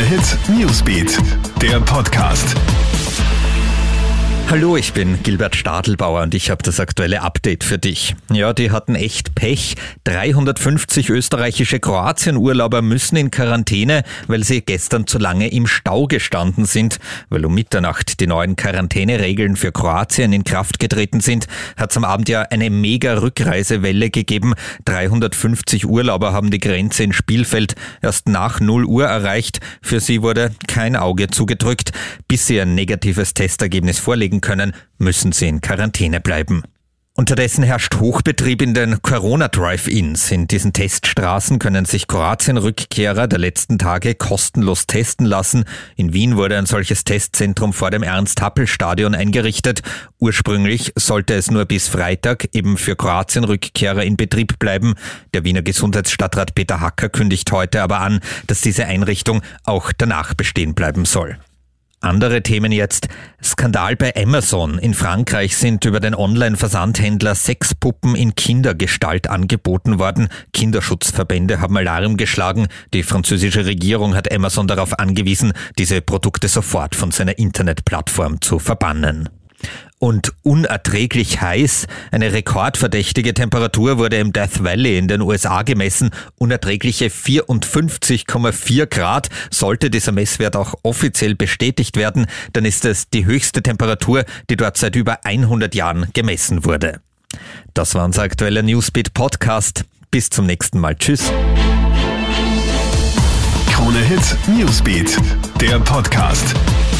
Hit Newsbeat, der Podcast. Hallo, ich bin Gilbert Stadelbauer und ich habe das aktuelle Update für dich. Ja, die hatten echt Pech. 350 österreichische Kroatien-Urlauber müssen in Quarantäne, weil sie gestern zu lange im Stau gestanden sind. Weil um Mitternacht die neuen Quarantäneregeln für Kroatien in Kraft getreten sind, hat es am Abend ja eine mega Rückreisewelle gegeben. 350 Urlauber haben die Grenze in Spielfeld erst nach 0 Uhr erreicht. Für sie wurde kein Auge zugedrückt. Bis sie ein negatives Testergebnis vorlegen können, müssen sie in Quarantäne bleiben. Unterdessen herrscht Hochbetrieb in den Corona-Drive-Ins. In diesen Teststraßen können sich Kroatien-Rückkehrer der letzten Tage kostenlos testen lassen. In Wien wurde ein solches Testzentrum vor dem Ernst-Happel-Stadion eingerichtet. Ursprünglich sollte es nur bis Freitag eben für Kroatien-Rückkehrer in Betrieb bleiben. Der Wiener Gesundheitsstadtrat Peter Hacker kündigt heute aber an, dass diese Einrichtung auch danach bestehen bleiben soll. Andere Themen jetzt. Skandal bei Amazon. In Frankreich sind über den Online-Versandhändler Sexpuppen in Kindergestalt angeboten worden. Kinderschutzverbände haben Alarm geschlagen. Die französische Regierung hat Amazon darauf angewiesen, diese Produkte sofort von seiner Internetplattform zu verbannen. Und unerträglich heiß. Eine rekordverdächtige Temperatur wurde im Death Valley in den USA gemessen. Unerträgliche 54,4 Grad. Sollte dieser Messwert auch offiziell bestätigt werden, dann ist es die höchste Temperatur, die dort seit über 100 Jahren gemessen wurde. Das war unser aktueller Newsbeat Podcast. Bis zum nächsten Mal. Tschüss. Krone Hit Newsbeat, der Podcast.